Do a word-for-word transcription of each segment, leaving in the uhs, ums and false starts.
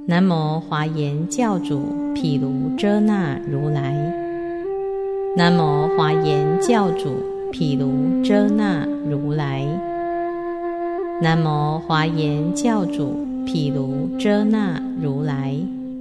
南无华严教主毗卢遮那如来。南无华严教主毗卢遮那如来。南无华严教主毗卢遮那如来。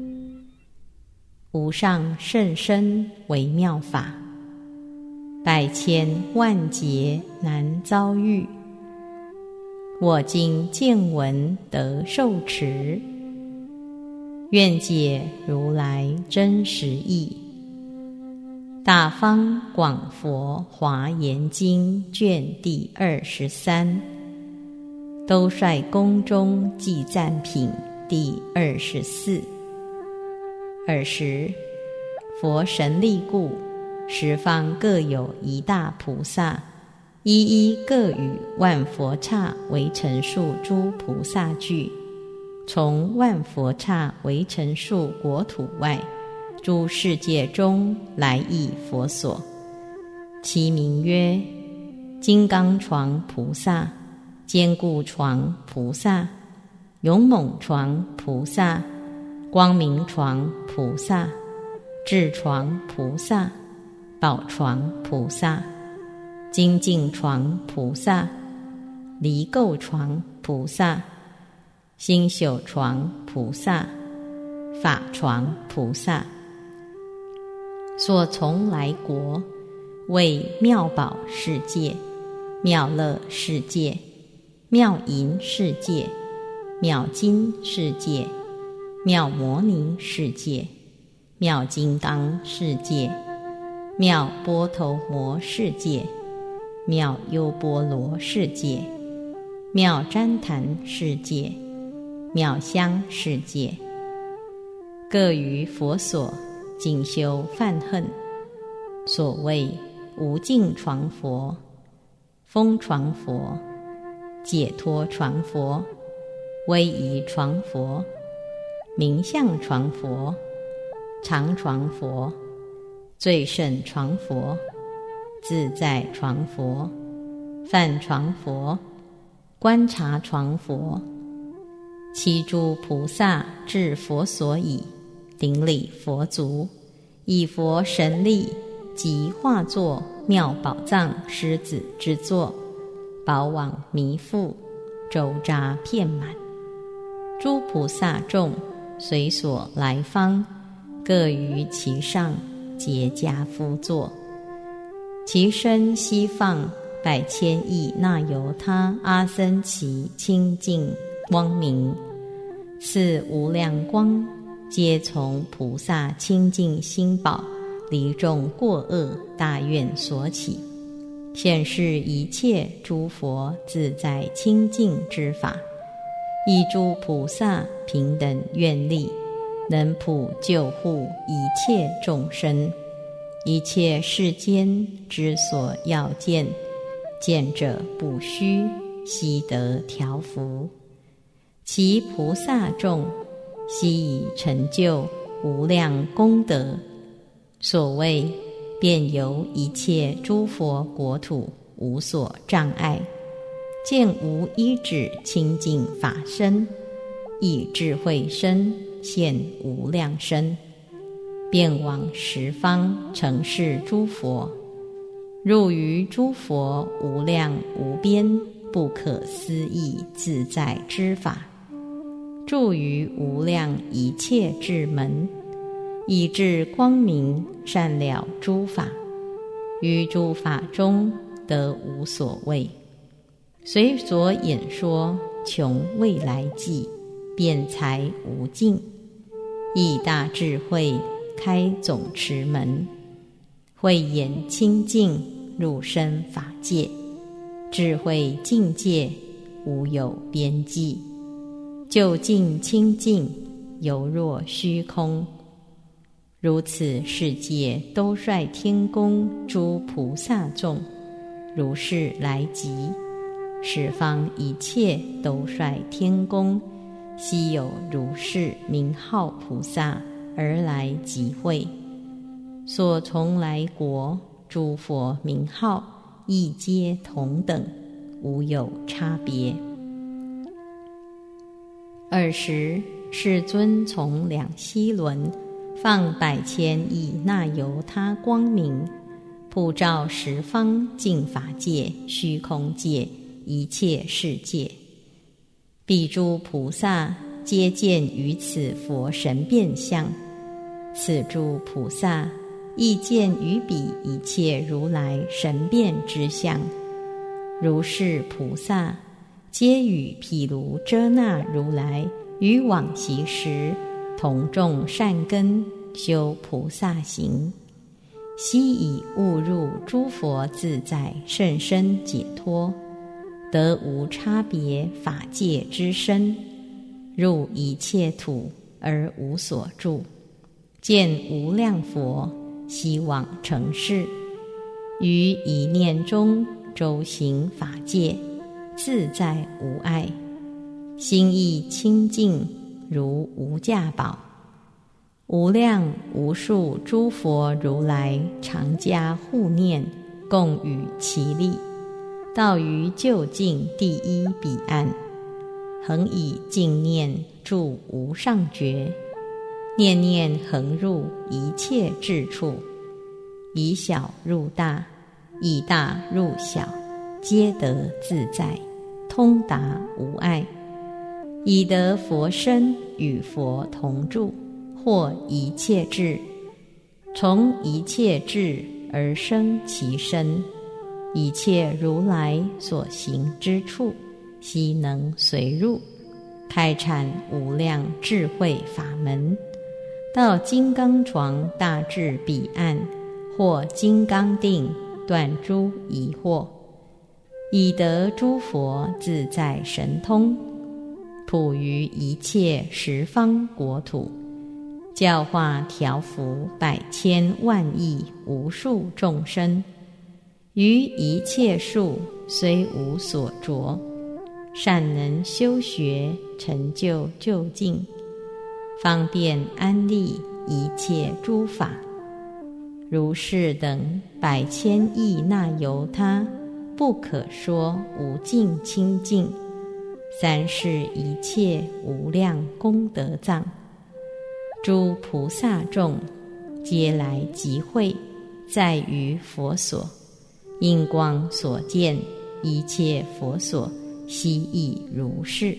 无上甚深微妙法，百千万劫难遭遇。我今见闻得受持，愿解如来真实义。大方广佛华严经卷第二十三，兜率宫中记赞品第二十四。尔时，佛神力故，十方各有一大菩萨，一一各与万佛刹为陈数诸菩萨聚，从万佛刹为陈数国土外，诸世界中来詣佛所。其名曰金刚床菩萨、坚固床菩萨、勇猛床菩萨、光明床菩萨、智床菩萨、宝床菩萨、精进床菩萨、离垢床菩萨、心朽床菩萨、法床菩萨。所从来国为妙宝世界、妙乐世界、妙银世界、妙金世界、妙摩尼世界、妙金刚世界、妙波头摩世界、妙优波罗世界、妙旃檀世界、妙香世界，各于佛所静修梵行。所谓无尽床佛、风床佛、解脱床佛、威仪床佛、名相床佛、常床佛、最胜床佛、自在床佛、梵床佛、观察床佛。其诸菩萨至佛所已，顶礼佛足，以佛神力即化作妙宝藏狮子之座，宝网弥覆，周匝遍满。诸菩萨众随所来方，各于其上结跏趺坐，其身悉放百千亿那由他阿僧祇清净光明。此无量光皆从菩萨清净心宝离众过恶大愿所起，显示一切诸佛自在清净之法，以诸菩萨平等愿力，能普救护一切众生。一切世间之所要见，见者不虚，悉得调伏。其菩萨众悉以成就无量功德，所谓遍游一切诸佛国土，无所障碍，见无一止清净法身，以智慧身现无量身，遍往十方承事诸佛，入于诸佛无量无边不可思议自在之法，住于无量一切智门，以至光明善了诸法，于诸法中得无所谓，随所演说穷未来际，辩才无尽，以大智慧开总持门，慧眼清净入深法界，智慧境界无有边际，究竟清净犹若虚空。如此世界都率天宫诸菩萨众如是来集，十方一切都率天宫悉有如是名号菩萨而来集会，所从来国诸佛名号亦皆同等，无有差别。 尔时世尊从两栖轮放百千亿那由他光明，普照十方净法界、虚空界一切世界。彼诸菩萨皆见于此佛神变相，此诸菩萨亦见于彼一切如来神变之相。如是菩萨皆与毗卢遮那如来于往昔时同种善根，修菩萨行，悉以悟入诸佛自在甚深解脱，得无差别法界之身，入一切土而无所住，见无量佛，希望成事，于一念中周行法界，自在无碍，心意清净，如无价宝。无量无数诸佛如来常加护念，共与其力，到于究竟第一彼岸，恒以净念住无上觉，念念恒入一切智处，以小入大，以大入小，皆得自在，通达无碍，以得佛身与佛同住，获一切智，从一切智而生其身，一切如来所行之处，悉能随入，开阐无量智慧法门，到金刚幢大智彼岸，获金刚定，断诸疑惑，以得诸佛自在神通，普于一切十方国土，教化调伏百千万亿无数众生，于一切数虽无所着，善能修学成就究竟，方便安立一切诸法。如是等百千亿那由他不可说无尽清净，三世一切无量功德藏，诸菩萨众皆来集会，在于佛所，因光所见，一切佛所悉亦如是。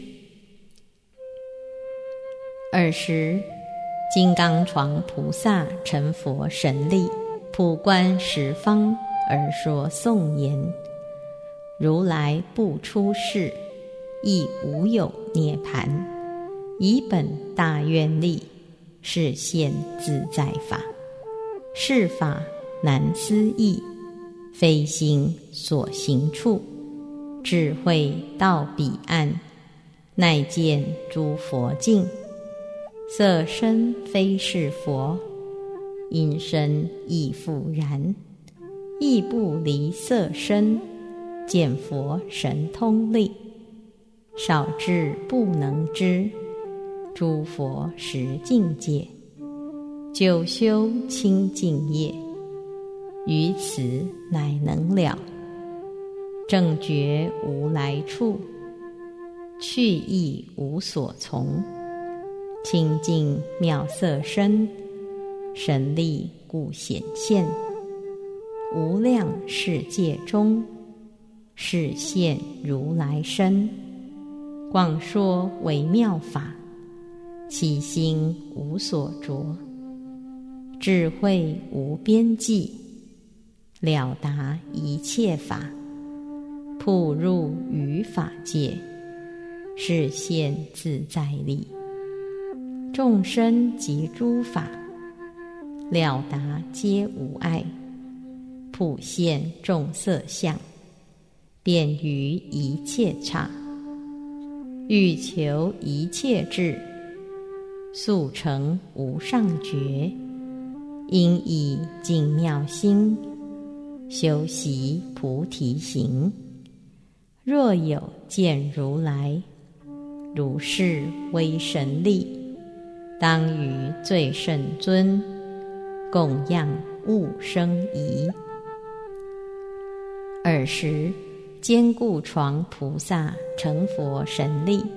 尔时金刚幢菩萨成佛神力，普观十方而说颂言：如来不出世，亦无有涅槃，以本大愿力，示现自在法。是法难思议，非心所行处，智慧到彼岸，乃见诸佛境。色身非是佛，音声亦复然，亦不离色身，见佛神通力，少智不能知，诸佛实境界，久修清净业，于此乃能了，正觉无来处，去亦无所从，清净妙色身，神力故显现，无量世界中，示现如来身，广说微妙法，其心无所着，智慧无边际，了达一切法，普入于法界，示现自在力，众生及诸法，了达皆无碍，普现众色相，遍于一切刹，欲求一切智，速成无上觉，应以净妙心，修习菩提行。若有见如来，如是威神力，当与最胜尊，供养勿生疑。尔时坚固幢菩萨成佛神力，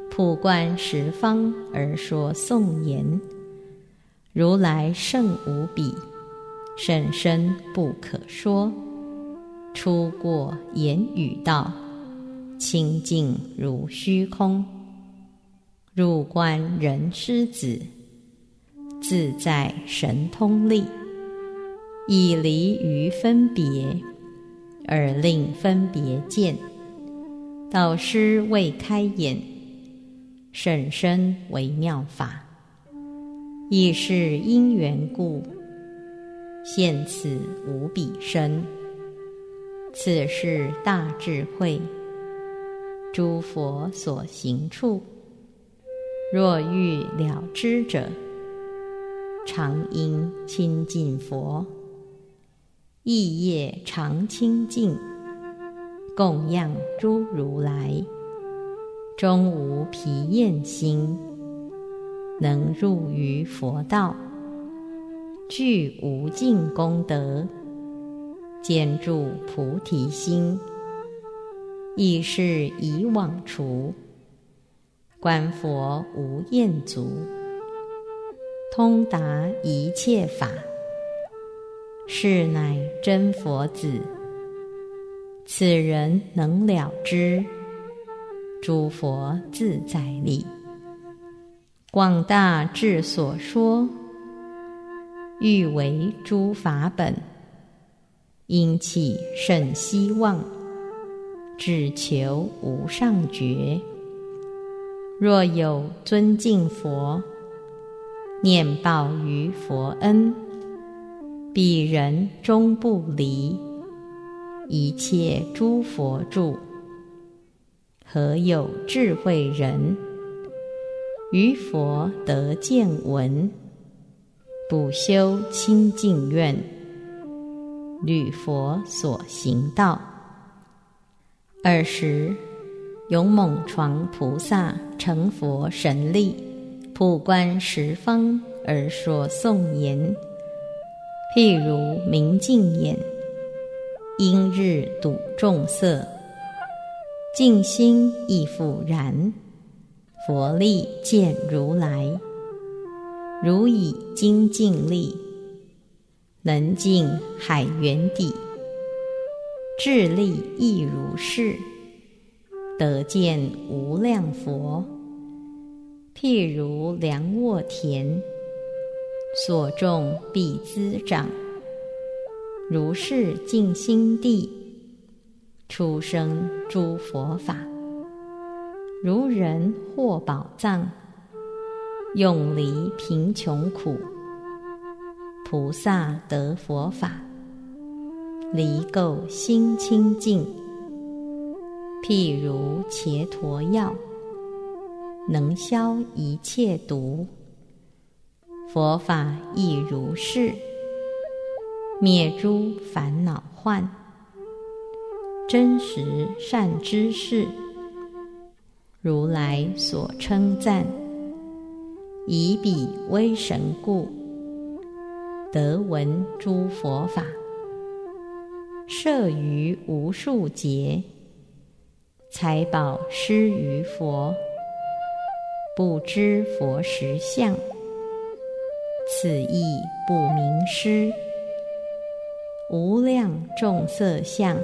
普观十方而说颂言：如来圣无比，甚深不可说，出过言语道，清净如虚空。入观人师子，自在神通力，以离于分别，而令分别见。导师未开眼，甚深微妙法，亦是因缘故，现此无比身。此是大智慧，诸佛所行处，若欲了知者，常应亲近佛，意业常清净，供养诸如来，终无疲厌心，能入于佛道，具无尽功德，坚住菩提心，亦是以往除，观佛无厌足，通达一切法，是乃真佛子。此人能了知诸佛自在力，广大智所说，欲为诸法本，因起甚希望，只求无上觉。若有尊敬佛，念报于佛恩，彼人终不离，一切诸佛住。何有智慧人，于佛得见闻，不修清净愿，履佛所行道。尔时勇猛床菩萨成佛神力，普观十方而说颂言：譬如明镜眼，因日睹众色，净心亦复然。佛力见如来，如以精进力，能尽海源底。智力亦如是，得见无量佛。譬如良沃田，所种必滋长，如是净心地，出生诸佛法。如人获宝藏，永离贫穷苦。菩萨得佛法，离垢心清净。譬如伽陀药，能消一切毒。佛法亦如是，灭诸烦恼患。真实善知识，如来所称赞，以彼威神故，得闻诸佛法，摄于无数劫，财宝施于佛，不知佛实相，此亦不明师。无量众色相，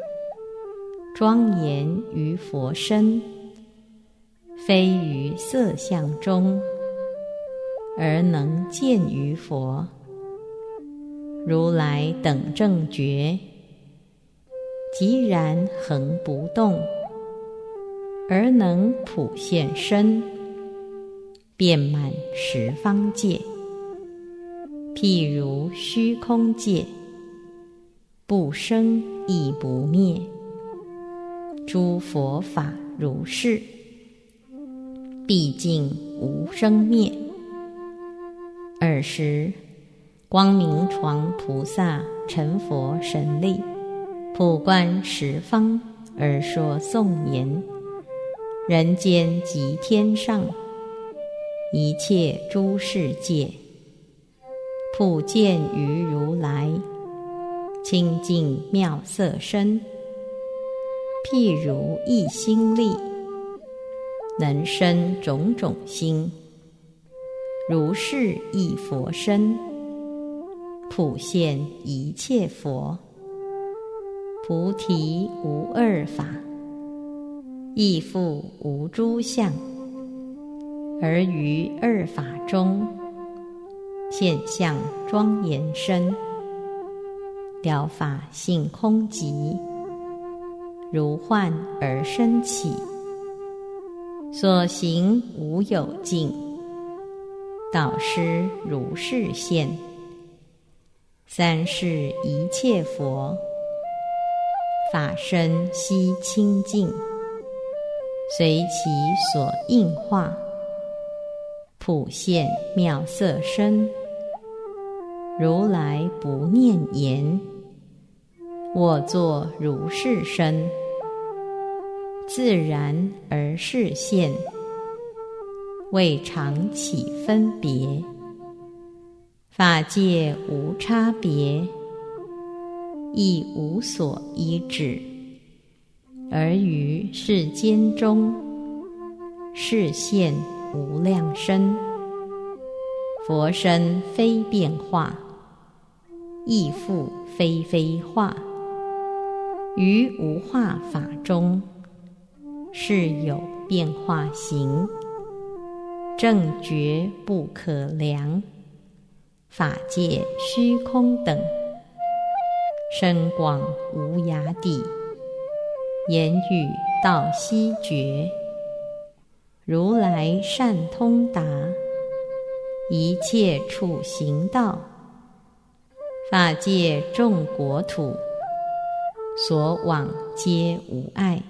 庄严于佛身，非于色相中，而能见于佛。如来等正觉，即然恒不动，而能普现身，遍满十方界。譬如虚空界，不生亦不灭。诸佛法如是，毕竟无生灭。尔时光明幢菩萨成佛神力，普观十方而说颂言：人间及天上，一切诸世界，普见于如来，清净妙色身，譬如一心力， 能生种种心，如是亦佛身，普现一切佛。菩提无二法，亦复无诸相，而于二法中，现象庄严身，了法性空寂，如幻而生起，所行无有尽，导师如是现。三世一切佛，法身悉清净，随其所应化，普现妙色身。如来不念言，我作如是身，自然而示现，未尝起分别，法界无差别，亦无所依止，而于世间中，示现无量身。佛身非变化，亦复非非化，于无化法中，是有变化形，正觉不可量，法界虚空等，深广无涯底，言语道悉觉。如来善通达，一切处行道，法界众国土，所往皆无碍。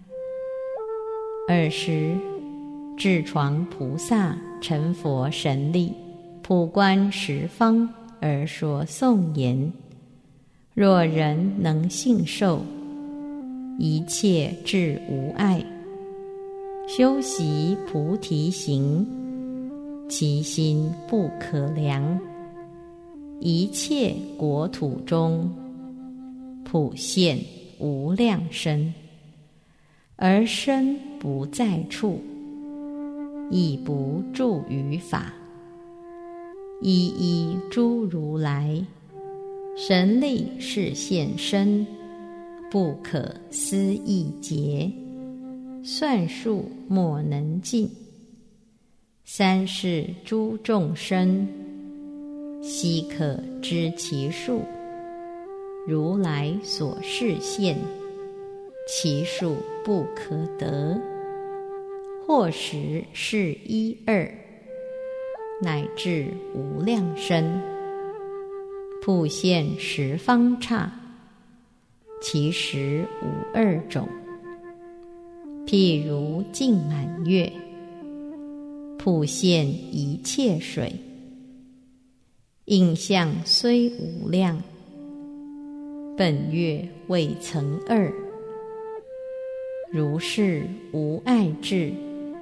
尔时智幢菩萨成佛神力，普观十方而说颂言：若人能信受，一切智无碍，修习菩提行，其心不可量。一切国土中，普现无量身，而身不在处，亦不住于法，一一诸如来，神力示现身，不可思议劫，算数莫能尽。三世诸众生，悉可知其数，如来所示现，其数不可得。或时是一二，乃至无量身，普现十方刹，其实无二种。譬如净满月，普现一切水，应相虽无量，本月未曾二。如是无碍智，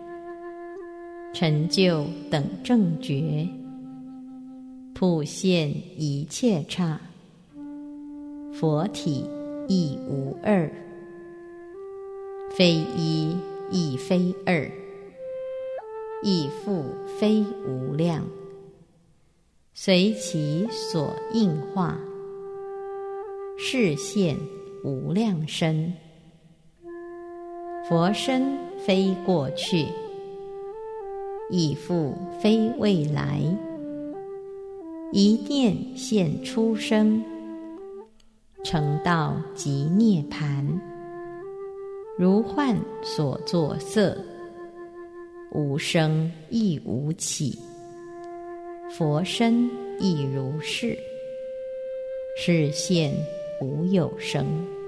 成就等正觉，普现一切刹，佛体亦无二，非一亦非二，亦复非无量，随其所应化，示现无量身。佛身非过去，亦复非未来，一念现出生，成道即涅槃。如幻所作色，无生亦无起，佛身亦如是，示现无有生。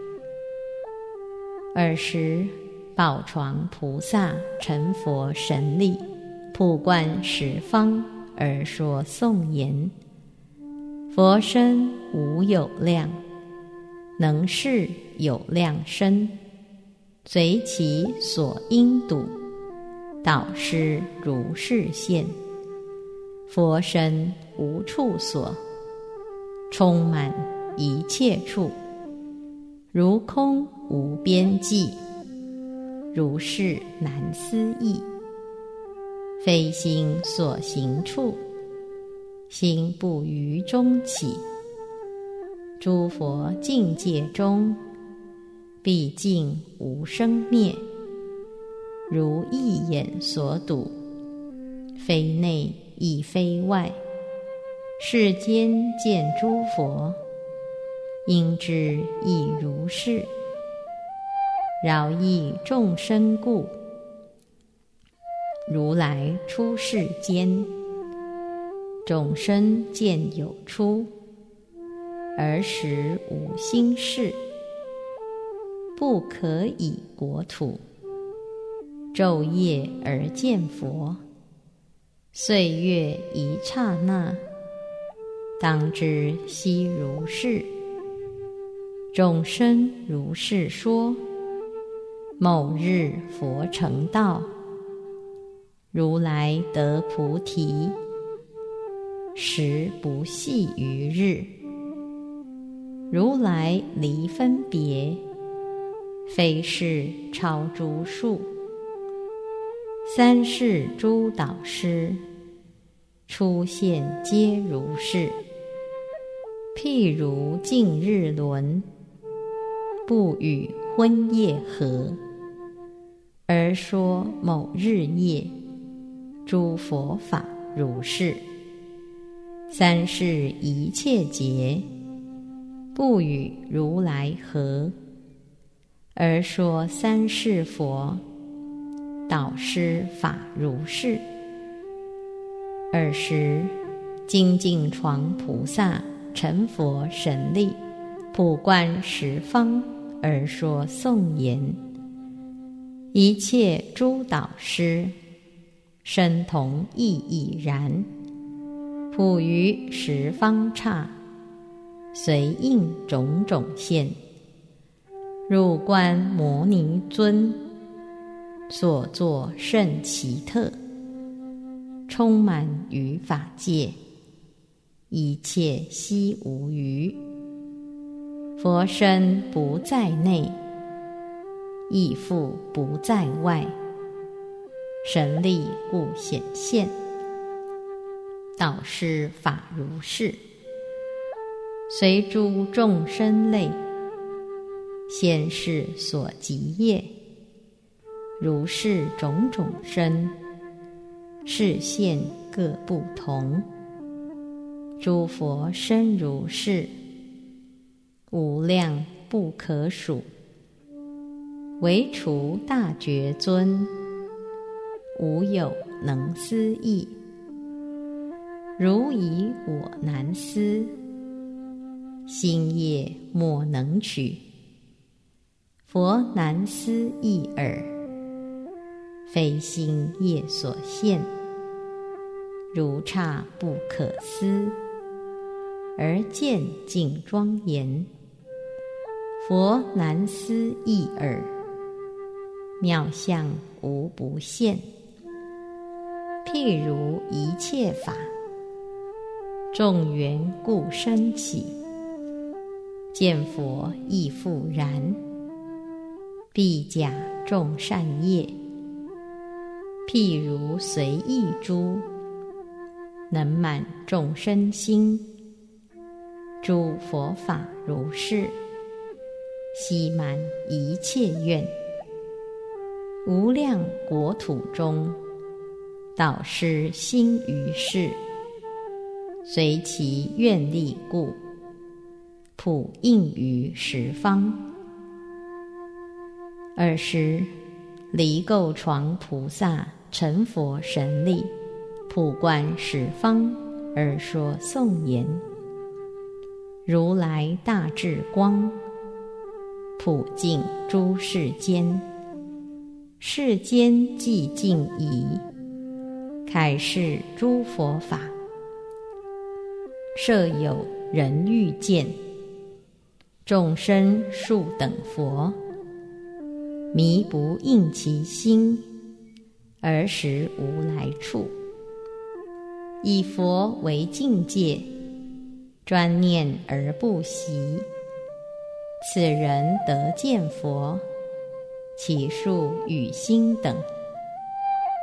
尔时宝幢菩萨成佛神力，普观十方而说颂言：佛身无有量，能示有量身，随其所应度，导师如是现。佛身无处所，充满一切处，如空无边际，如是难思议。 非心所行处，心不于中起。诸佛境界中，毕竟无生灭。如一眼所睹，非内亦非外。世间见诸佛，应知亦如是。饶益众生故，如来出世间，众生见有出，尔时无心事，不可以国土。昼夜而见佛，岁月一刹那，当知悉如是。众生如是说，某日佛成道，如来得菩提，时不系于日。如来离分别，非是超诸数。三世诸导师，出现皆如是。譬如近日轮，不与昏夜合，而说某日夜，诸佛法如是。三世一切劫，不与如来合，而说三世佛，导师法如是。尔时精进床菩萨成佛神力，普观十方，而说颂言。一切诸导师，身同意亦然，普于十方刹，随应种种现。入观摩尼尊，所作甚奇特，充满于法界，一切悉无余。佛身不在内，亦复不在外，神力故显现。导师法如是，随诸众生类，现世所及业，如是种种身，示现各不同。诸佛身如是，无量不可数。唯除大觉尊，无有能思议。如以我难思，心业莫能取。佛难思议耳，非心业所现。如刹不可思，而见尽庄严。佛难思议耳，妙相无不现。譬如一切法，众缘故生起，见佛亦复然。必假众善业，譬如随意珠，能满众生心。诸佛法如是，悉满一切愿。无量国土中，导师心于是，随其愿力故，普应于十方。尔时离垢床菩萨成佛神力，普观十方，而说颂言。如来大智光，普净诸世间。世间寂静疑，开示诸佛法。设有人欲见，众生数等佛，迷不应其心，而时无来处。以佛为境界，专念而不习，此人得见佛，其数与心等。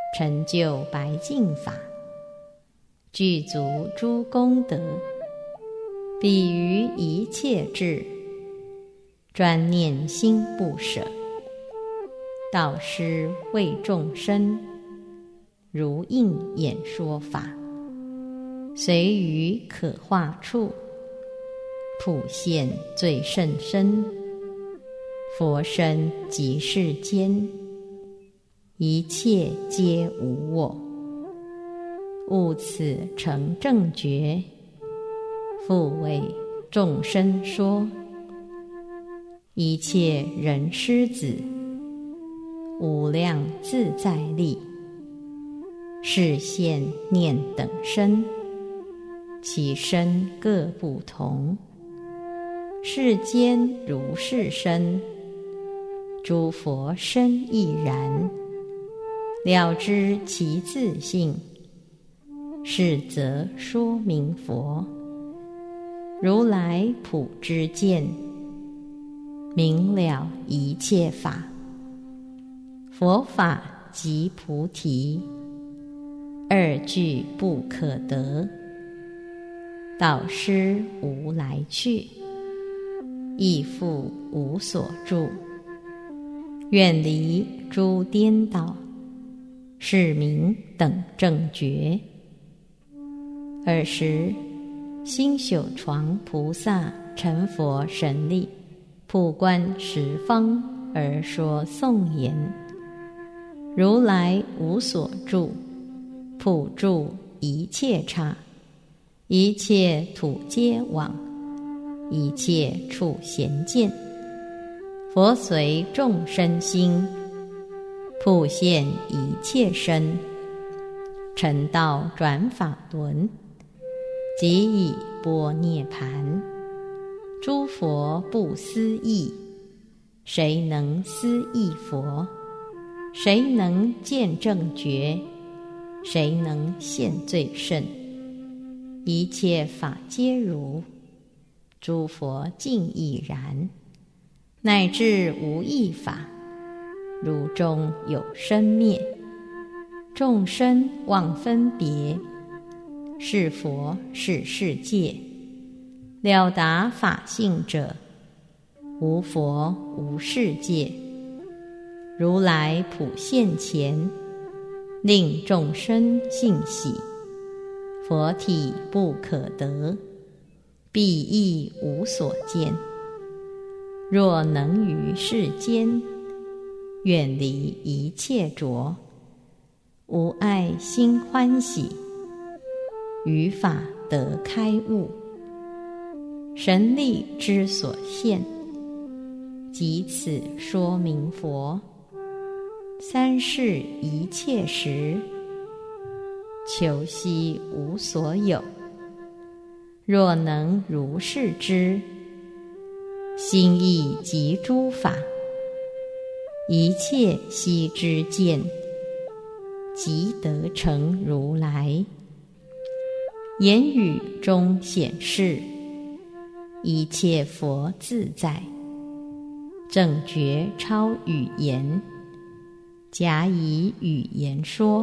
成就白净法，具足诸功德，彼于一切智，专念心不舍，导师为众生，如应演说法，随于可化处，普现最甚深。佛身即世间，一切皆无我，悟此成正觉，复为众生说。一切人师子，无量自在力，示现念等身，其身各不同。世间如是身，诸佛身亦然。了知其自性，是则说明佛。如来普知见，明了一切法。佛法即菩提，二句不可得。导师无来去，亦复无所住。远离诸颠倒，是名等正觉。尔时心朽床菩萨成佛神力，普观十方而说颂言：如来无所住，普住一切刹，一切土皆往，一切处咸见。佛随众生心，普现一切身，成道转法轮，即以般涅盘。诸佛不思议，谁能思议佛？谁能见正觉？谁能现最胜？一切法皆如，诸佛尽亦然。乃至无异法，如中有生灭，众生妄分别，是佛是世界。了达法性者，无佛无世界。如来普现前，令众生信喜。佛体不可得，必亦无所见。若能于世间，远离一切浊，无爱心欢喜，于法得开悟。神力之所现，即此说明佛。三世一切时，求悉无所有。若能如是知，心意即诸法，一切悉知见，即得成如来。言语中显示，一切佛自在，正觉超语言，假以语言说。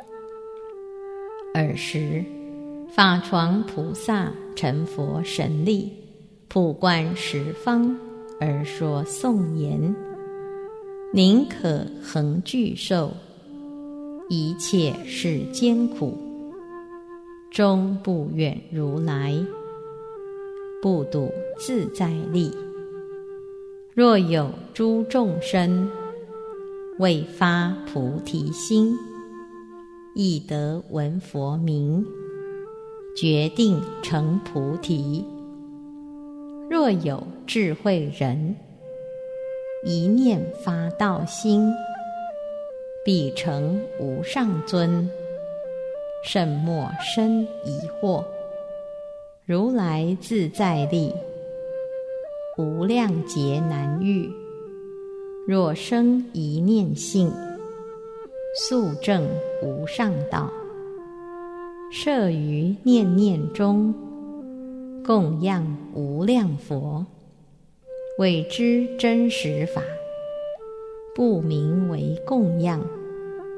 尔时法床菩萨成佛神力，普观十方而说颂言：宁可恒具受，一切世间苦，终不远如来。不睹自在力，若有诸众生未发菩提心，亦得闻佛名，决定成菩提。若有智慧人，一念发道心，必成无上尊，甚莫生疑惑。如来自在力，无量劫难遇。若生一念性，速证无上道。摄于念念中，供养无量佛，谓之真实法，不名为供养。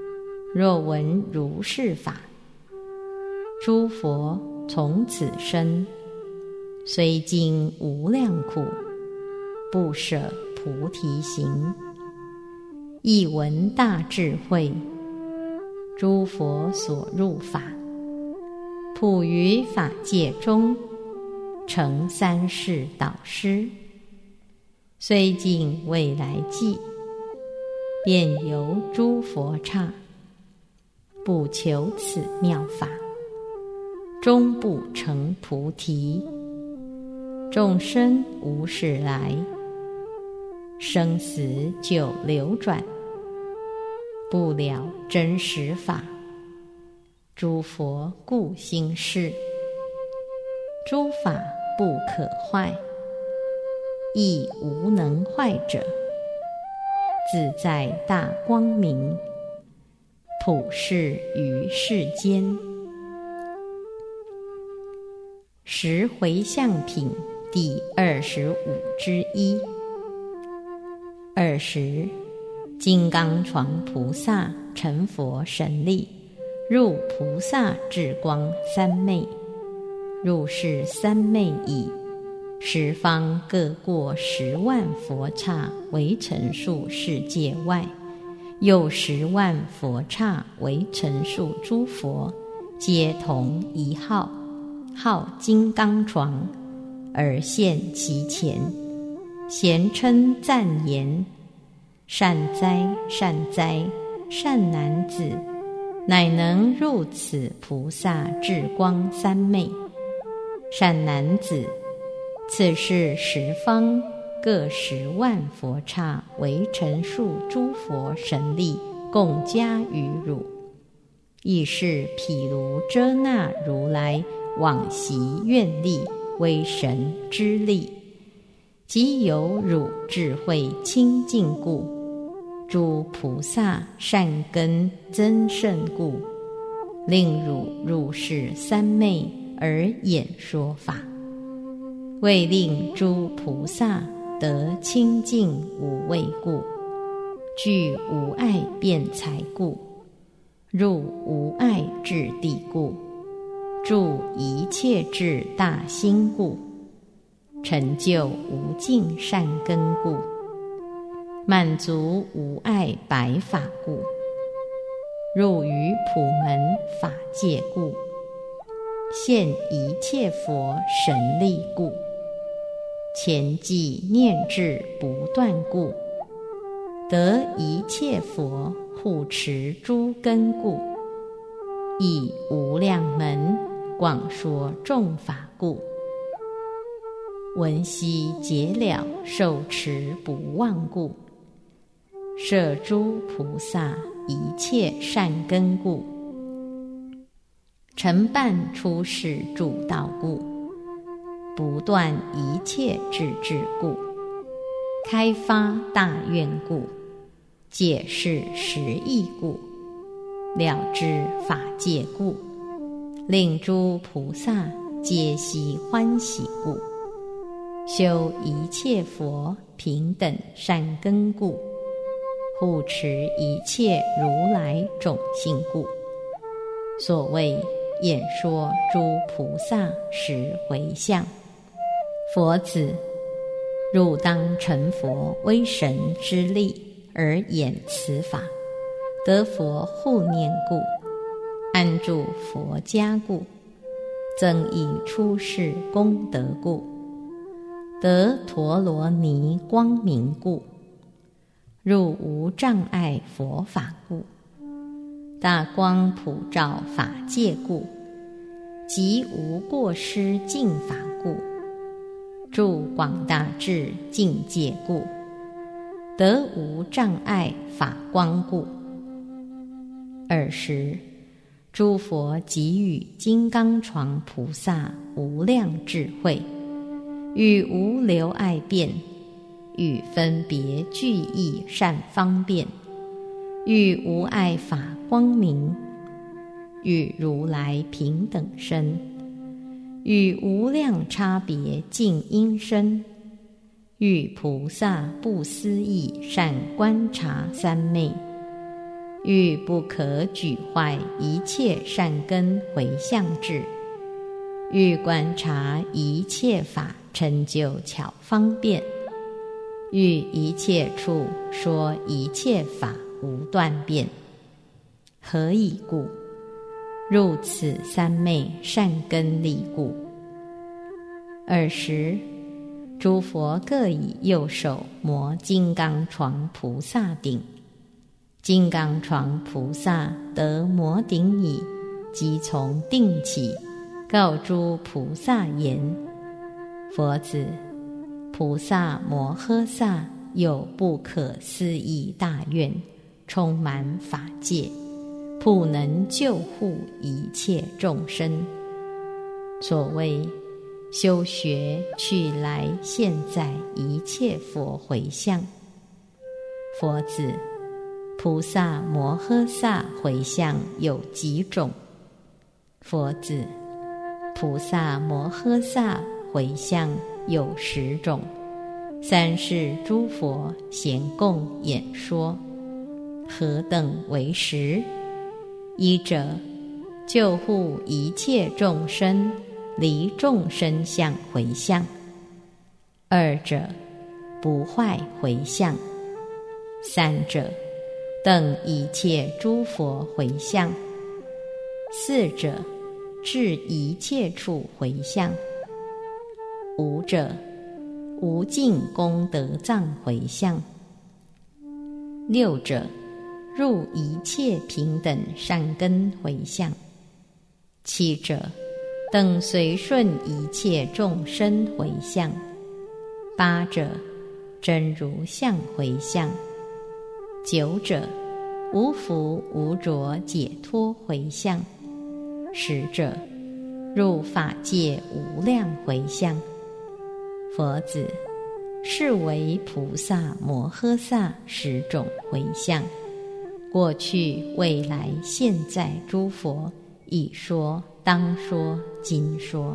若闻如是法，诸佛从此生，虽经无量苦，不舍菩提行。亦闻大智慧，诸佛所入法，普于法界中，成三世导师。虽尽未来际，便由诸佛刹，不求此妙法，终不成菩提。众生无始来，生死久流转，不了真实法。诸佛故心是，诸法不可坏，亦无能坏者。自在大光明，普示于世间。十回向品第二十五之一。二十，金刚幢菩萨成佛神力，入菩萨智光三昧。入是三昧已，十方各过十万佛刹为陈述世界外，又十万佛刹为陈述诸佛，皆同一号，号金刚幢，而现其前，咸称赞言：善哉善哉，善男子，乃能入此菩萨智光三昧。善男子，此是十方各十万佛刹为陈述诸佛神力，共加于汝，亦是毗卢遮那如来往昔愿力为神之力，即由汝智慧清净故，诸菩萨善根增胜故，令汝入是三昧而演说法，为令诸菩萨得清净无畏故，具无碍辩才故，入无碍智地故，住一切智大心故，成就无尽善根故，满足无碍百法故，入于普门法界故，现一切佛神力故，前记念智不断故，得一切佛护持诸根故，以无量门广说众法故，闻悉解了受持不忘故，摄诸菩萨一切善根故，承办出世助道故，不断一切智智故，开发大愿故，解释实义故，了知法界故，令诸菩萨皆悉欢喜故，修一切佛平等善根故，护持一切如来种性故，所谓演说诸菩萨十回向。佛子，汝当成佛威神之力而演此法，得佛护念故，安住佛家故，增益出世功德故，得陀罗尼光明故，入无障碍佛法故，大光普照法界故，即无过失净法故，住广大智境界故，得无障碍法光故。尔时，诸佛给予金刚幢菩萨无量智慧，与无留碍辩，与分别具义善方便，与无碍法光明，与如来平等身，与无量差别净音声，与菩萨不思议善观察三昧， 欲不可举坏一切善根回向智，欲观察一切法成就巧方便，欲一切处说一切法无断变。何以故？入此三昧善根力故。尔时，诸佛各以右手摩金刚床菩萨顶，金刚床菩萨得摩顶已，即从定起，告诸菩萨言：佛子，菩萨摩诃萨有不可思议大愿，充满法界，普能救护一切众生。所谓修学去来现在一切佛回向。佛子，菩萨摩诃萨回向有几种？佛子，菩萨摩诃萨回向有十种。三世诸佛咸共演说。何等为十？一者，救护一切众生离众生相回向；二者，不坏回向；三者，等一切诸佛回向；四者，至一切处回向；五者，无尽功德藏回向；六者，入一切平等善根回向；七者，等随顺一切众生回向；八者，真如相回向；九者，无福无着解脱回向；十者，入法界无量回向。佛子，是为菩萨摩诃萨十种回向。过去未来现在诸佛已说当说今说。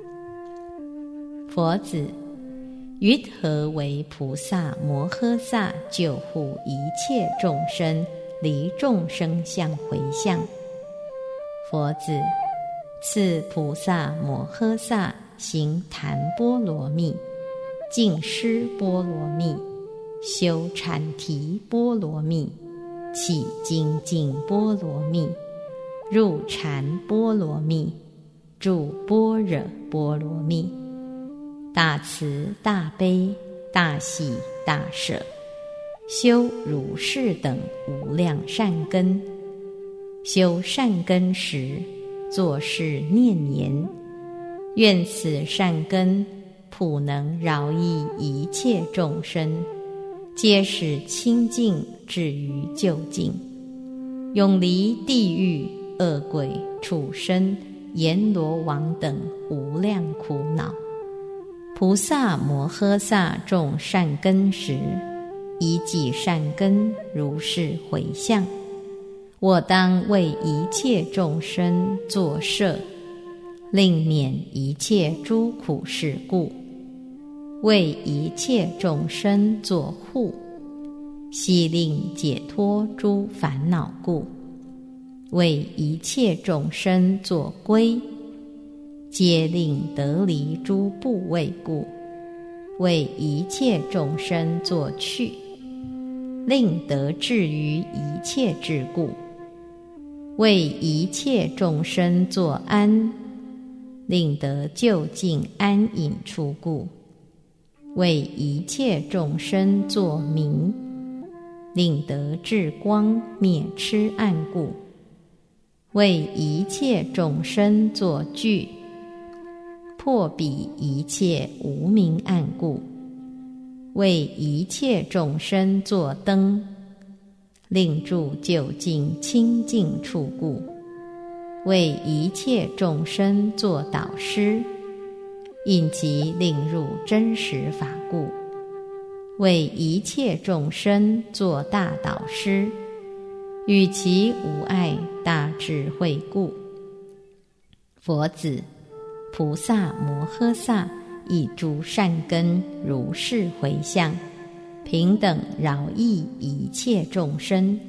佛子，于何为菩萨摩诃萨救护一切众生离众生相回向？佛子，次菩萨摩诃萨行檀波罗蜜、净施波罗蜜、修禅提波罗蜜、起精进波罗蜜、入禅波罗蜜、住般若波罗蜜，大慈大悲大喜大舍，修如是等无量善根。修善根时，作是念言：愿此善根普能饶益一切众生，皆使清净至于究竟，永离地狱恶鬼畜生阎罗王等无量苦恼。菩萨摩诃萨种善根时，以己善根如是回向：我当为一切众生作摄，令免一切诸苦事故；为一切众生作护，悉令解脱诸烦恼故；为一切众生作归，皆令得离诸怖畏故；为一切众生作去，令得至于一切智故；为一切众生作安，令得究竟安隐处故；为一切众生作明，令得智光灭痴暗故；为一切众生作具，破彼一切无明暗故；为一切众生作灯，令住究竟清净处故；为一切众生作导师，应即令入真实法故；为一切众生作大导师，与其无碍大智慧故。佛子，菩萨摩诃萨以诸善根如是回向，平等饶益一切众生，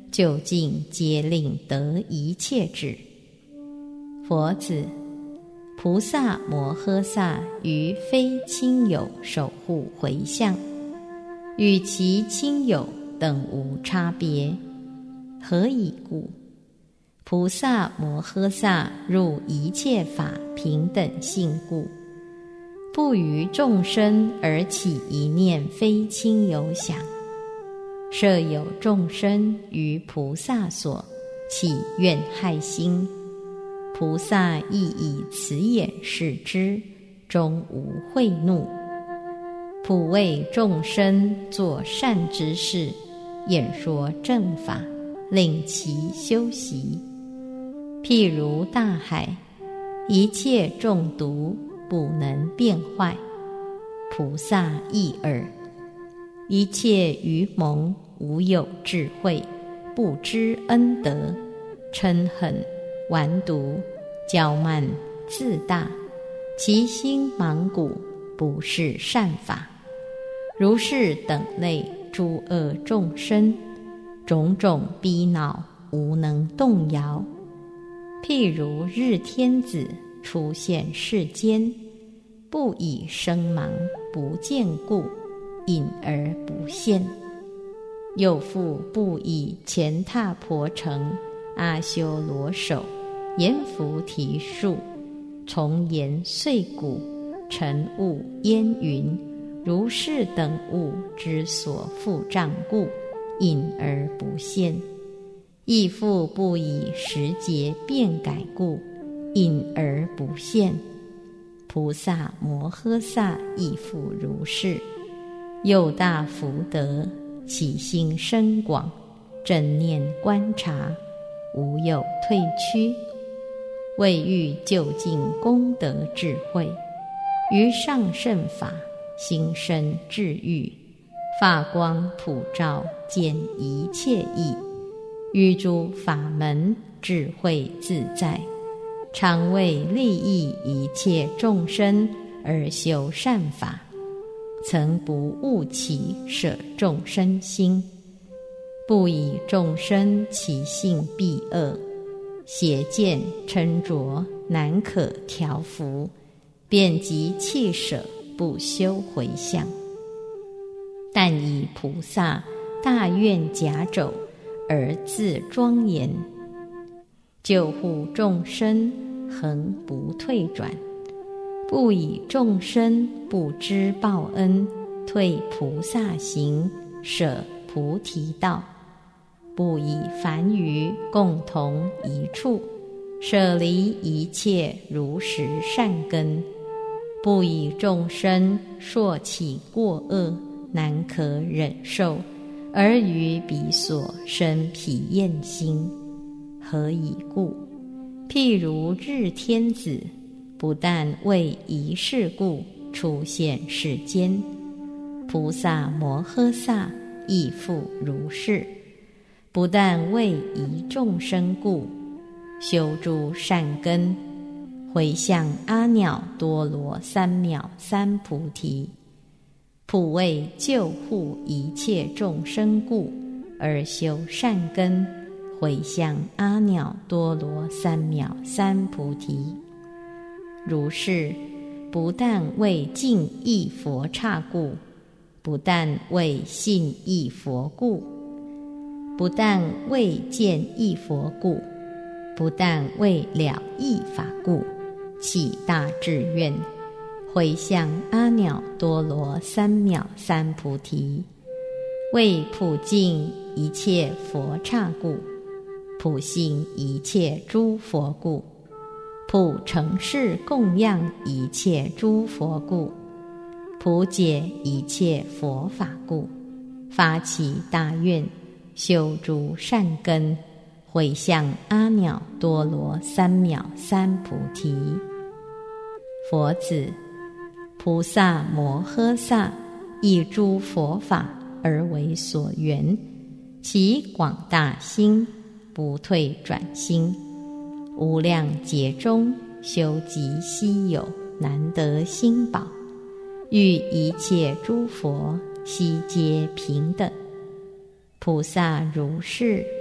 究竟皆令得一切智。佛子，菩萨摩诃萨于非亲友守护回向，与其亲友等无差别。何以故？菩萨摩诃萨入一切法平等性故，不于众生而起一念非亲友想。设有众生于菩萨所起怨害心，菩萨亦以此眼视之，终无恚怒。普为众生作善之事，演说正法，令其修习。譬如大海，一切众毒不能变坏，菩萨亦尔。一切愚蒙无有智慧，不知恩德，嗔恨、顽毒、骄慢、自大，其心茫古，不是善法。如是等类诸恶众生，种种逼恼，无能动摇。譬如日天子出现世间，不以声芒，不见故，隐而不现。又复不以乾闼婆城、阿修罗手、阎浮提树、重岩碎骨、晨雾烟云，如是等物之所覆障故，隐而不现。亦复不以时节变改故，隐而不现。菩萨摩诃萨亦复如是。又大福德，起心深广，正念观察，无有退趋。为欲究竟功德智慧，于上圣法心生智欲，法光普照，见一切义。于诸法门智慧自在，常为利益一切众生而修善法，曾不误其舍众生心，不以众生其性弊恶、邪见嗔着难可调伏，便即弃舍，不修回向。但以菩萨大愿甲冑而自庄严，救护众生，恒不退转。不以众生不知报恩，退菩萨行，舍菩提道。不以凡愚共同一处，舍离一切如实善根。不以众生硕起过恶，难可忍受，而于彼所生疲厌心。何以故？譬如日天子，不但为一事故出现世间，菩萨摩诃萨亦复如是。不但为一众生故，修诸善根，回向阿耨多罗三藐三菩提。普为救护一切众生故，而修善根，回向阿耨多罗三藐三菩提。如是，不但为敬意佛刹故，不但为信意佛故，不但为见意佛故，不但为了义法故，起大志愿，回向阿耨多罗三藐三菩提。为普净一切佛刹故，普信一切诸佛故，普承事供养一切诸佛故，普解一切佛法故，发起大愿，修诸善根，回向阿耨多罗三藐三菩提。佛子，菩萨摩诃萨以诸佛法而为所缘，其广大心，不退转心，无量劫中修集稀有难得心宝，与一切诸佛悉皆平等。菩萨如是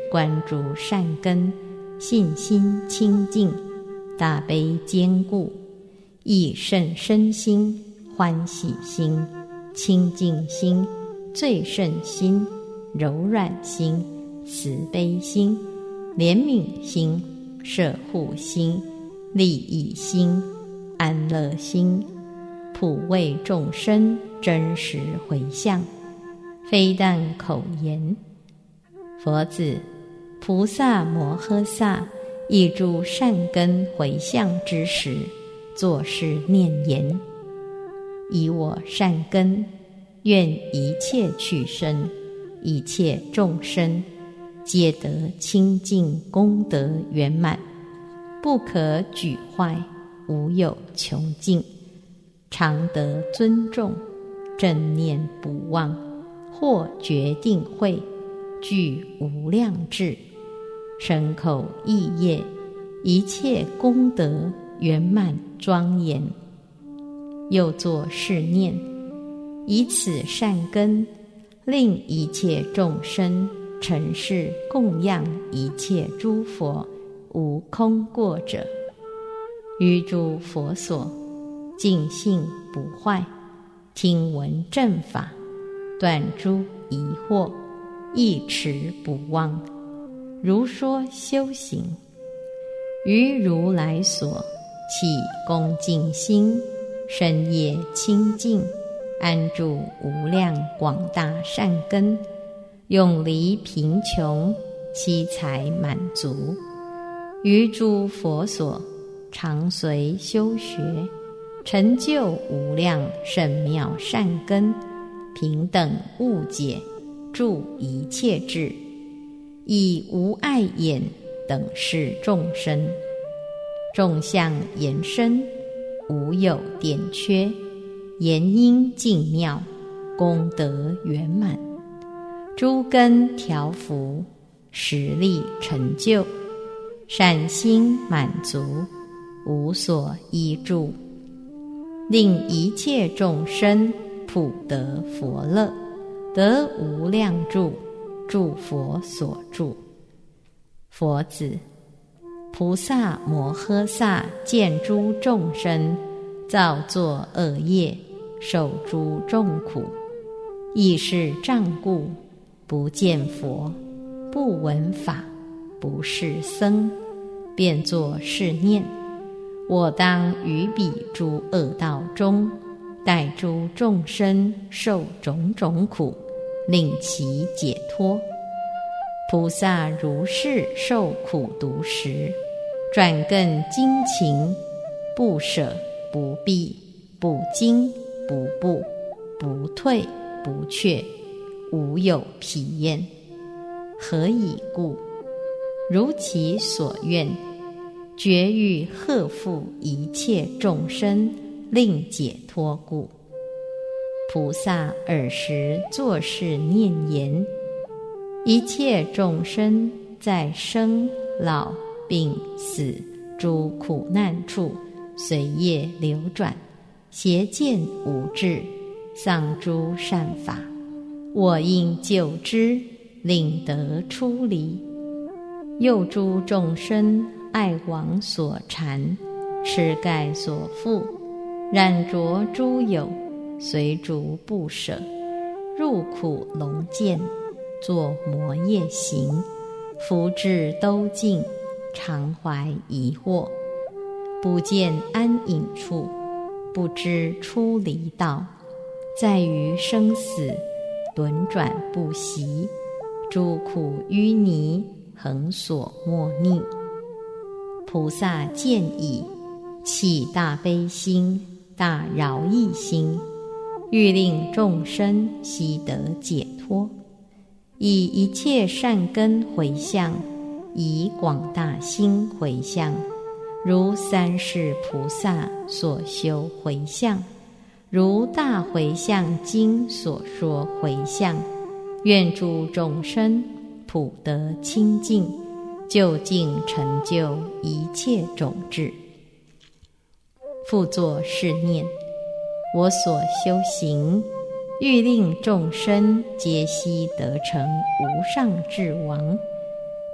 关注善根，信心清净，大悲坚固，益甚身心，欢喜心，清净心，最胜心，柔软心，慈悲心，怜悯心，摄护心，利益心，安乐心，普为众生真实回向，非但口言。佛子，菩萨摩诃萨忆诸善根回向之时，作是念言：以我善根，愿一切趣生，一切众生，皆得清净功德圆满，不可沮坏，无有穷尽，常得尊重，正念不忘，或决定慧，具无量智，身口意业，一切功德圆满庄严。又作是念：以此善根，令一切众生承事供养一切诸佛，无空过者。于诸佛所，净信不坏，听闻正法，断诸疑惑，一持不忘，如说修行。于如来所起恭敬心，身业清净，安住无量广大善根，永离贫穷，妻财满足。于诸佛所，常随修学，成就无量甚妙善根，平等悟解，助一切智，以无碍眼等视众生，众相延伸，无有点缺，言音净妙，功德圆满，诸根调伏，实力成就，善心满足，无所依助，令一切众生普得佛乐，得无量住，住佛所住。佛子，菩萨摩诃萨见诸众生造作恶业，受诸众苦，亦是障故，不见佛，不闻法，不是僧，便作是念：我当于彼诸恶道中，待诸众生受种种苦，令其解脱。菩萨如是受苦毒时，转更精勤，不舍不避，不惊不怖，不退不却，无有疲厌。何以故？如其所愿，决欲荷负一切众生，令解脱故。菩萨尔时作是念言：一切众生在生老病死诸苦难处，随业流转，邪见无智，丧诸善法，我应救之，令得出离。又诸众生爱王所缠，吃盖所缚，染着诸有，随逐不舍，入苦龙见，作魔业行，福至都尽，常怀疑惑，不见安隐处，不知出离道，在于生死，轮转不息，诸苦淤泥，恒所莫逆。菩萨见已，起大悲心，大饶益心，欲令众生悉得解脱，以一切善根回向，以广大心回向，如三世菩萨所修回向，如大回向经所说回向，愿诸众生普得清净，究竟成就一切种智。复作是念：我所修行，欲令众生皆悉得成无上智王，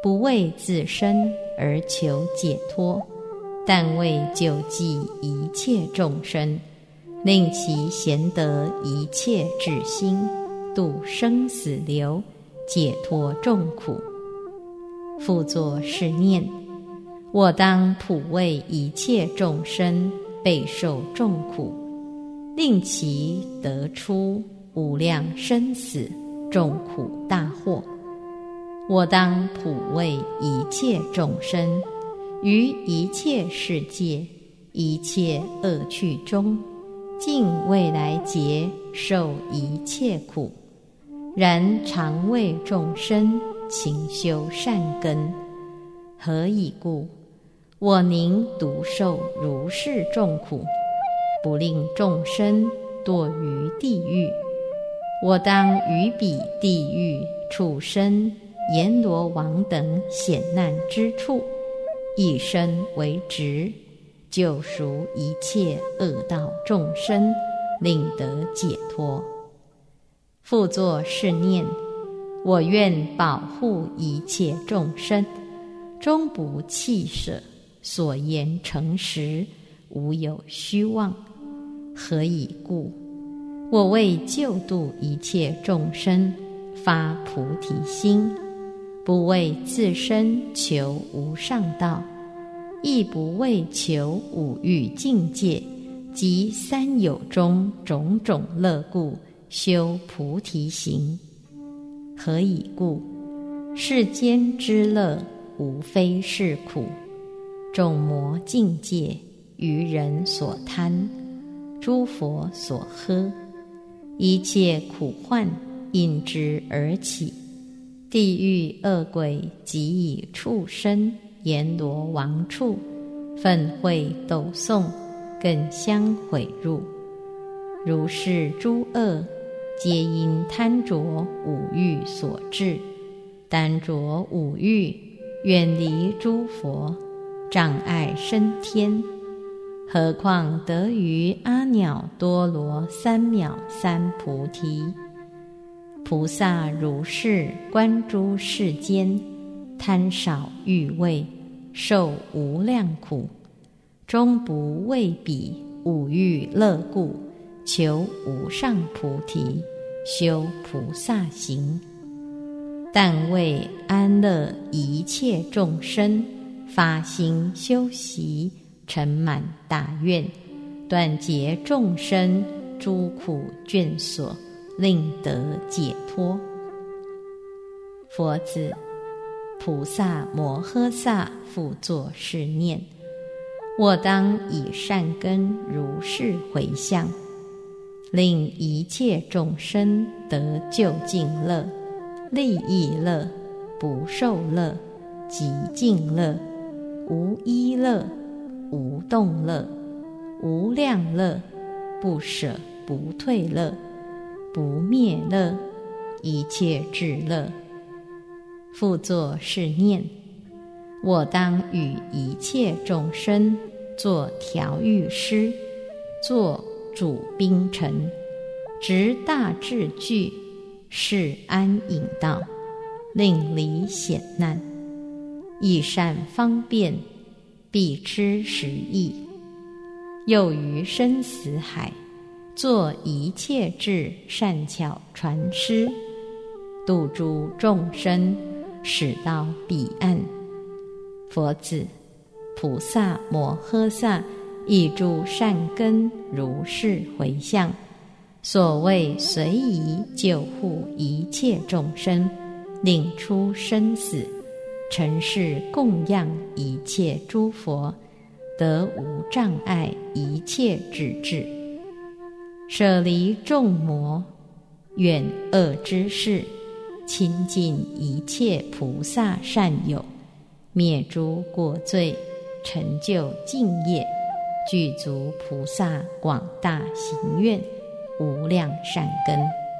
不为自身而求解脱，但为救济一切众生，令其贤得一切智心，度生死流，解脱众苦。复作是念：我当普为一切众生备受众苦，令其得出无量生死众苦大祸。我当普为一切众生，于一切世界一切恶趣中，尽未来劫受一切苦，然常为众生勤修善根。何以故？我宁独受如是众苦，不令众生堕于地狱。我当于彼地狱畜生、阎罗王等险难之处，以身为职，救赎一切恶道众生，令得解脱。复作是念：我愿保护一切众生，终不弃舍，所言诚实，无有虚妄。何以故？我为救度一切众生，发菩提心，不为自身求无上道，亦不为求五欲境界及三有中种种乐故，修菩提行。何以故？世间之乐，无非是苦。众魔境界，愚人所贪，诸佛所呵。一切苦患因之而起，地狱恶鬼及以畜生、阎罗王处，愤恚斗讼，更相毁入。如是诸恶，皆因贪着五欲所致，耽着五欲，远离诸佛，障碍升天。何况得于阿耨多罗三藐三菩提。菩萨如是观诸世间，贪少欲畏，受无量苦，终不为彼五欲乐故，求无上菩提，修菩萨行。但为安乐一切众生，发心修习，成满大愿，断结众生诸苦眷锁，令得解脱。佛子，菩萨摩诃萨复作是念：我当以善根如是回向，令一切众生得究竟乐、利益乐、不受乐、极尽乐、无依乐、无动乐、无量乐、不舍不退乐、不灭乐、一切智乐。复作是念：我当与一切众生作调御师，作主宾臣，执大智具，示安隐道，令离险难，以善方便，必知实义。又于生死海，作一切智善巧传师，度诸众生，使到彼岸。佛子，菩萨摩诃萨以诸善根如是回向，所谓随宜救护一切众生，令出生死，承事供养一切诸佛，得无障碍一切智智，舍离众魔，远恶之事，亲近一切菩萨善友，灭诸过罪，成就净业，具足菩萨广大行愿，无量善根。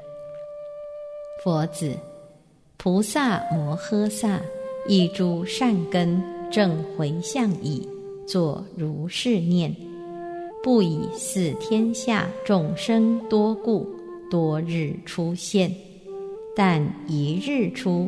佛子，菩萨摩诃萨以诸善根正回向已，作如是念：不以四天下众生多故，多日出现，但一日出，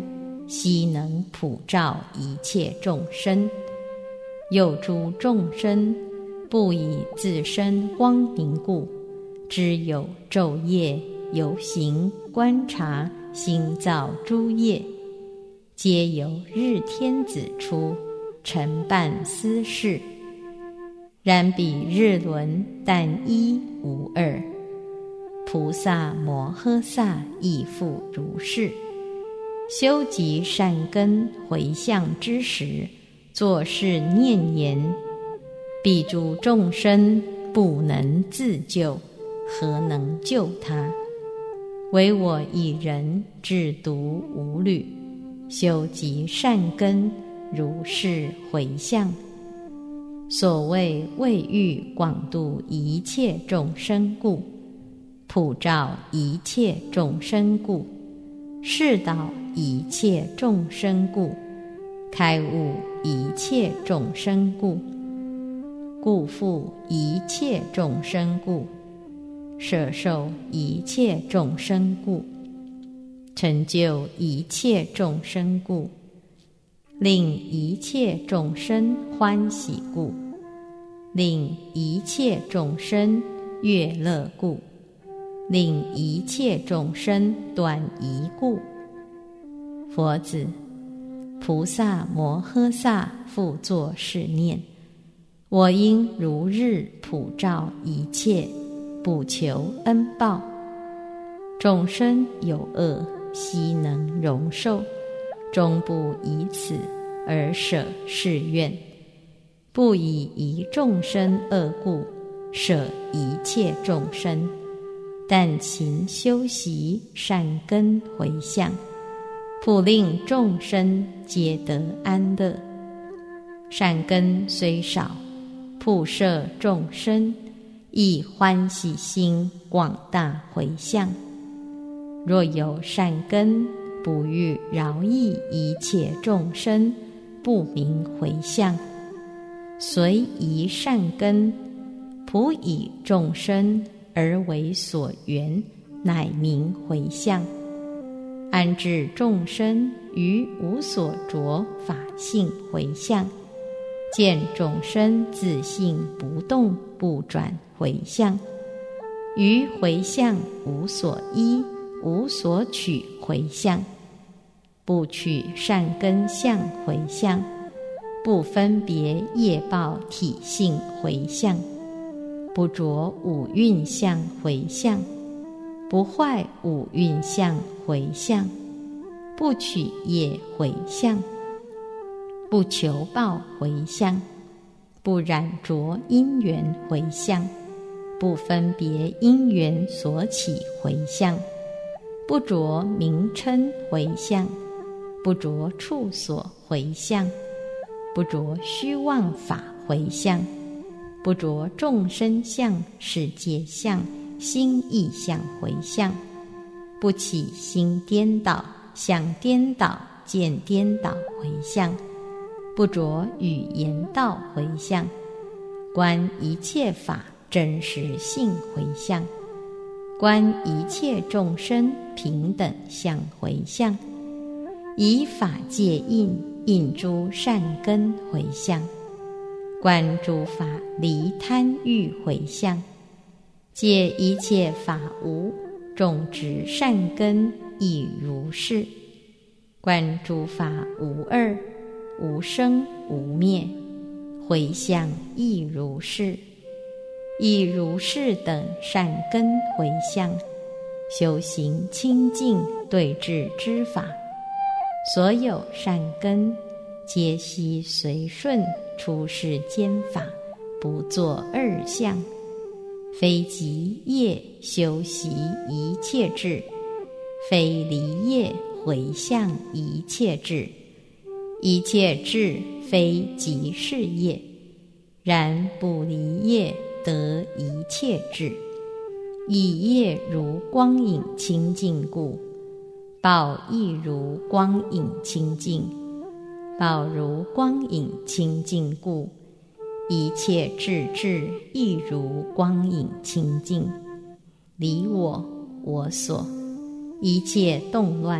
悉能普照一切众生。又诸众生不以自身光明故，知有昼夜有行观察心造诸业，皆由日天子出，承办私事。然彼日轮但一无二，菩萨摩诃萨亦复如是。修集善根回向之时，作是念言：彼诸众生不能自救，何能救他？唯我一人至独无虑，修集善根，如是回向。所谓为欲广度一切众生故，普照一切众生故，示导一切众生故，开悟一切众生故，故复一切众生故，摄受一切众生故，成就一切众生故，令一切众生欢喜故，令一切众生悦乐故，令一切众生短疑故。佛子，菩萨摩诃萨复作是念：我应如日普照一切，不求恩报。众生有恶，悉能容受，终不以此而舍是愿。不以一众生恶故，舍一切众生，但勤修习善根回向，普令众生皆得安乐。善根虽少，普摄众生，亦欢喜心广大回向。若有善根，不欲饶益一切众生，不名回向。随宜善根，普以众生而为所缘，乃名回向。安置众生于无所着法性回向，见众生自性不动不转回向，于回向无所依无所取回向，不取善根相回向，不分别业报体性回向，不着五蕴相回向，不坏五蕴相回向，不取业回向，不求报回向，不染着因缘回向，不分别因缘所起回向，不着名称回向，不着处所回向，不着虚妄法回向，不着众生相世界相心意相回向，不起心颠倒想颠倒见颠倒回向，不着语言道回向，观一切法真实性回向，观一切众生平等相回向，以法界印印诸善根回向，观诸法离贪欲回向，借一切法无，种植善根亦如是。观诸法无二，无生无灭，回向亦如是。以如是等善根回向，修行清净对治之法，所有善根皆悉随顺出世间法，不作二相。非即业修习一切智，非离业回向一切智。一切智非即是业，然不离业得一切智。以业如光影清净故，报亦如光影清净。报如光影清净故，一切智智亦如光影清净。离我我所，一切动乱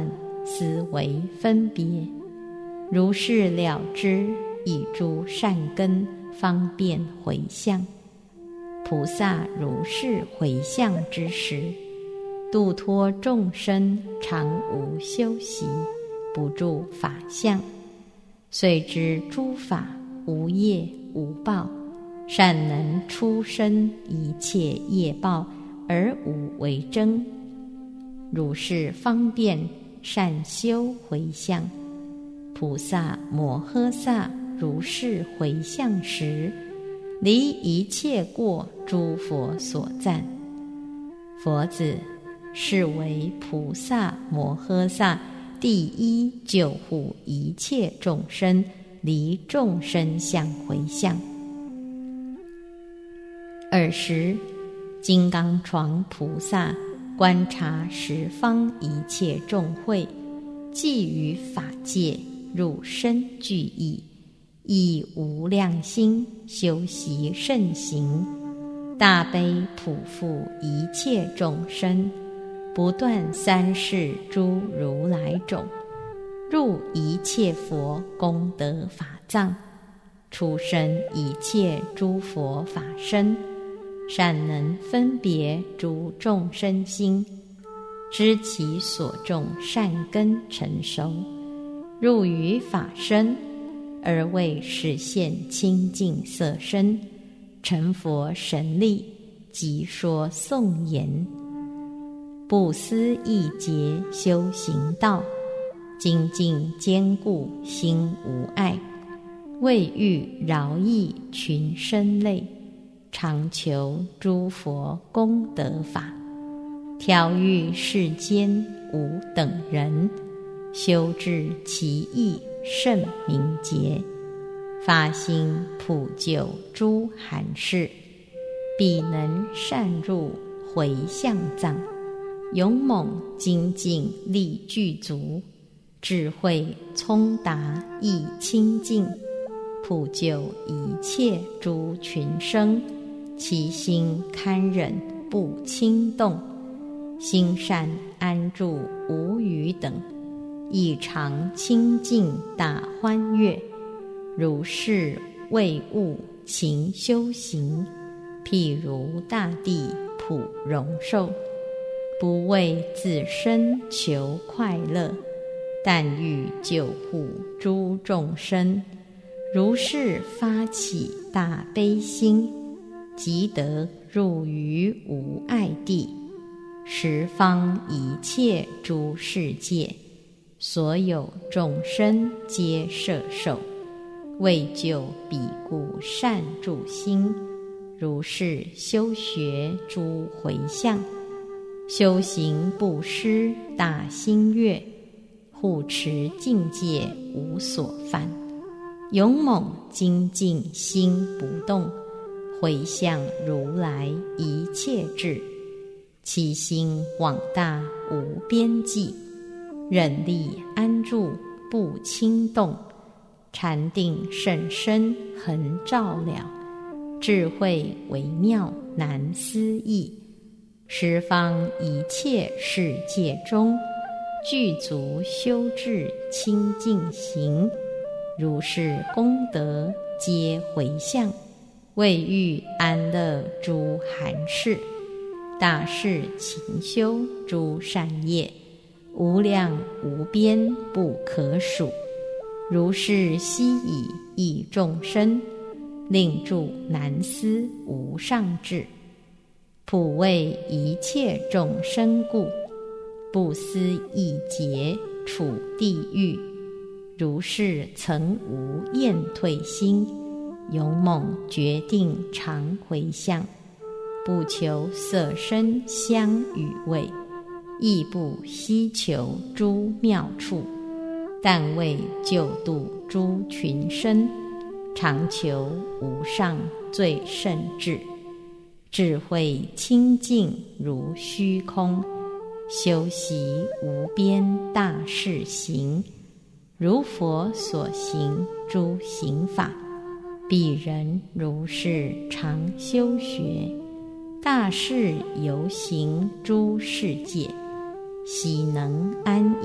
思维分别，如是了知，以诸善根方便回向。菩萨如是回向之时，度脱众生常无修习，不住法相，遂知诸法无业无报，善能出生一切业报而无为争。如是方便善修回向。菩萨摩诃萨如是回向时，离一切过诸佛所赞。佛子，是为菩萨摩诃萨第一救护一切众生离众生相回向。尔时，金刚幢菩萨观察十方一切众会，即于法界入深具意，以无量心修习甚行，大悲普覆一切众生，不断三世诸如来种，入一切佛功德法藏，出生一切诸佛法身，善能分别诸众生心，知其所种善根成熟，入于法身，而为实现清净色身，成佛神力，即说颂言：不思一劫修行道，精进坚固心无碍，为欲饶益群生类，常求诸佛功德法，调御世间无等人，修治其意甚明洁，发心普救诸寒士，必能善入回向藏，勇猛精进力具足，智慧聪达意清净，普救一切诸群生，其心堪忍不轻动，心善安住无余等，异常清净大欢悦。如是为物勤修行，譬如大地普荣寿，不为自身求快乐，但欲救护诸众生。如是发起大悲心，即得入于无碍地，十方一切诸世界，所有众生皆摄受，为救彼故善住心。如是修学诸回向，修行布施大心悦，护持境界无所犯，勇猛精进心不动，回向如来一切智，其心广大无边际，忍力安住不轻动，禅定甚深恒照了，智慧微妙难思议。十方一切世界中，具足修治清净行，如是功德皆回向，为欲安乐诸寒士，大士勤修诸善业，无量无边不可数。如是悉以益众生，令住难思无上智，普为一切众生故，不思一劫处地狱。如是曾无厌退心，勇猛决定常回向，不求色身香与味，亦不希求诸妙处，但为救度诸群生，常求无上最胜智，智慧清净如虚空，修习无边大士行，如佛所行诸行法，彼人如是常修学，大士游行诸世界，喜能安隐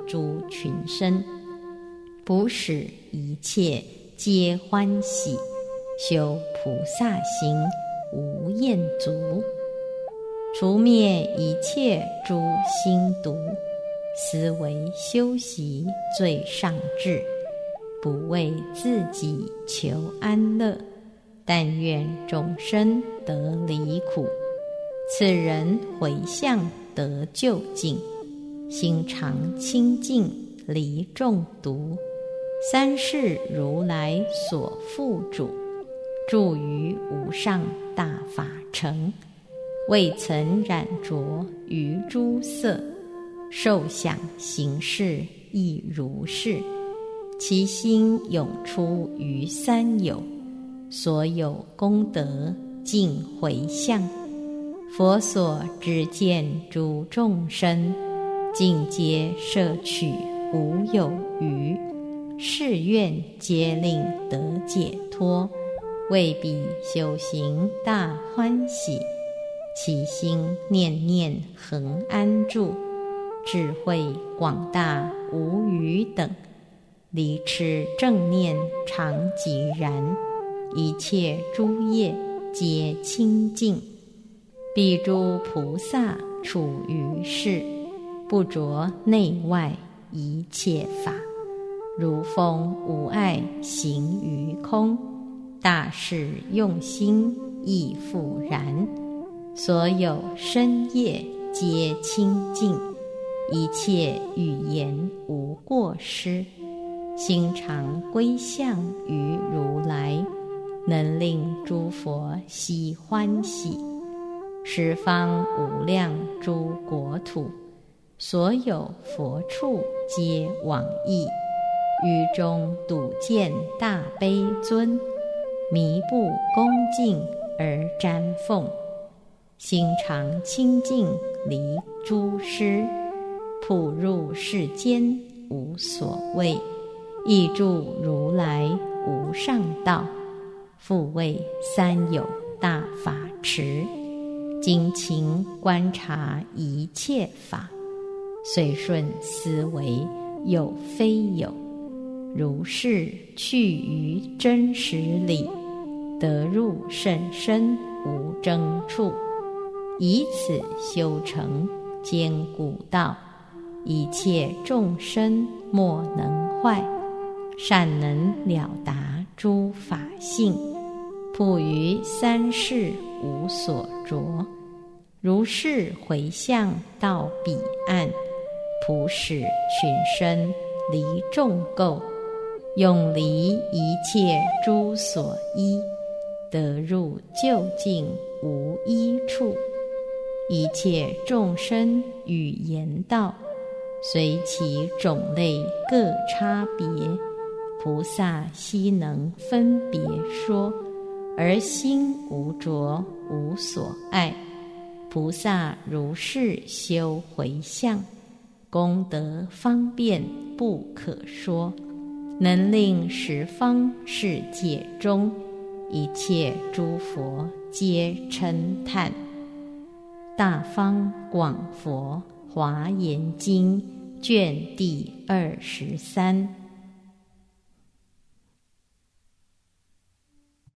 诸群生，普使一切皆欢喜，修菩萨行无厌足，除灭一切诸心毒，斯为修习最上智，不为自己求安乐，但愿众生得离苦。此人回向得究竟，心常清净离众毒，三世如来所付嘱，住于无上大法城，未曾染着于诸色，受想行识亦如是，其心永出于三有，所有功德尽回向。佛所知见诸众生，尽皆摄取无有余，誓愿皆令得解脱，为彼修行大欢喜，其心念念恒安住，智慧广大无余等，离痴正念常寂然，一切诸业皆清净。彼诸菩萨处于世，不着内外一切法，如风无碍行于空，大事用心亦复然，所有身业皆清净，一切语言无过失，心常归向于如来，能令诸佛悉欢喜。十方无量诸国土，所有佛处皆往诣，于中睹见大悲尊，弥不恭敬而瞻奉，心常清净离诸失，普入世间无所谓，亦住如来无上道，复为三有大法池，精勤观察一切法，随顺思维有非有，如是去于真实理，得入甚深无争处，以此修成坚固道，一切众生莫能坏，善能了达诸法性，普于三世无所着，如是回向到彼岸，普使群生离众垢，永离一切诸所依，得入究竟无一处。一切众生语言道，随其种类各差别，菩萨悉能分别说，而心无着无所爱。菩萨如是修回向，功德方便不可说，能令十方世界中一切诸佛皆称叹。大方广佛华严经卷第二十三。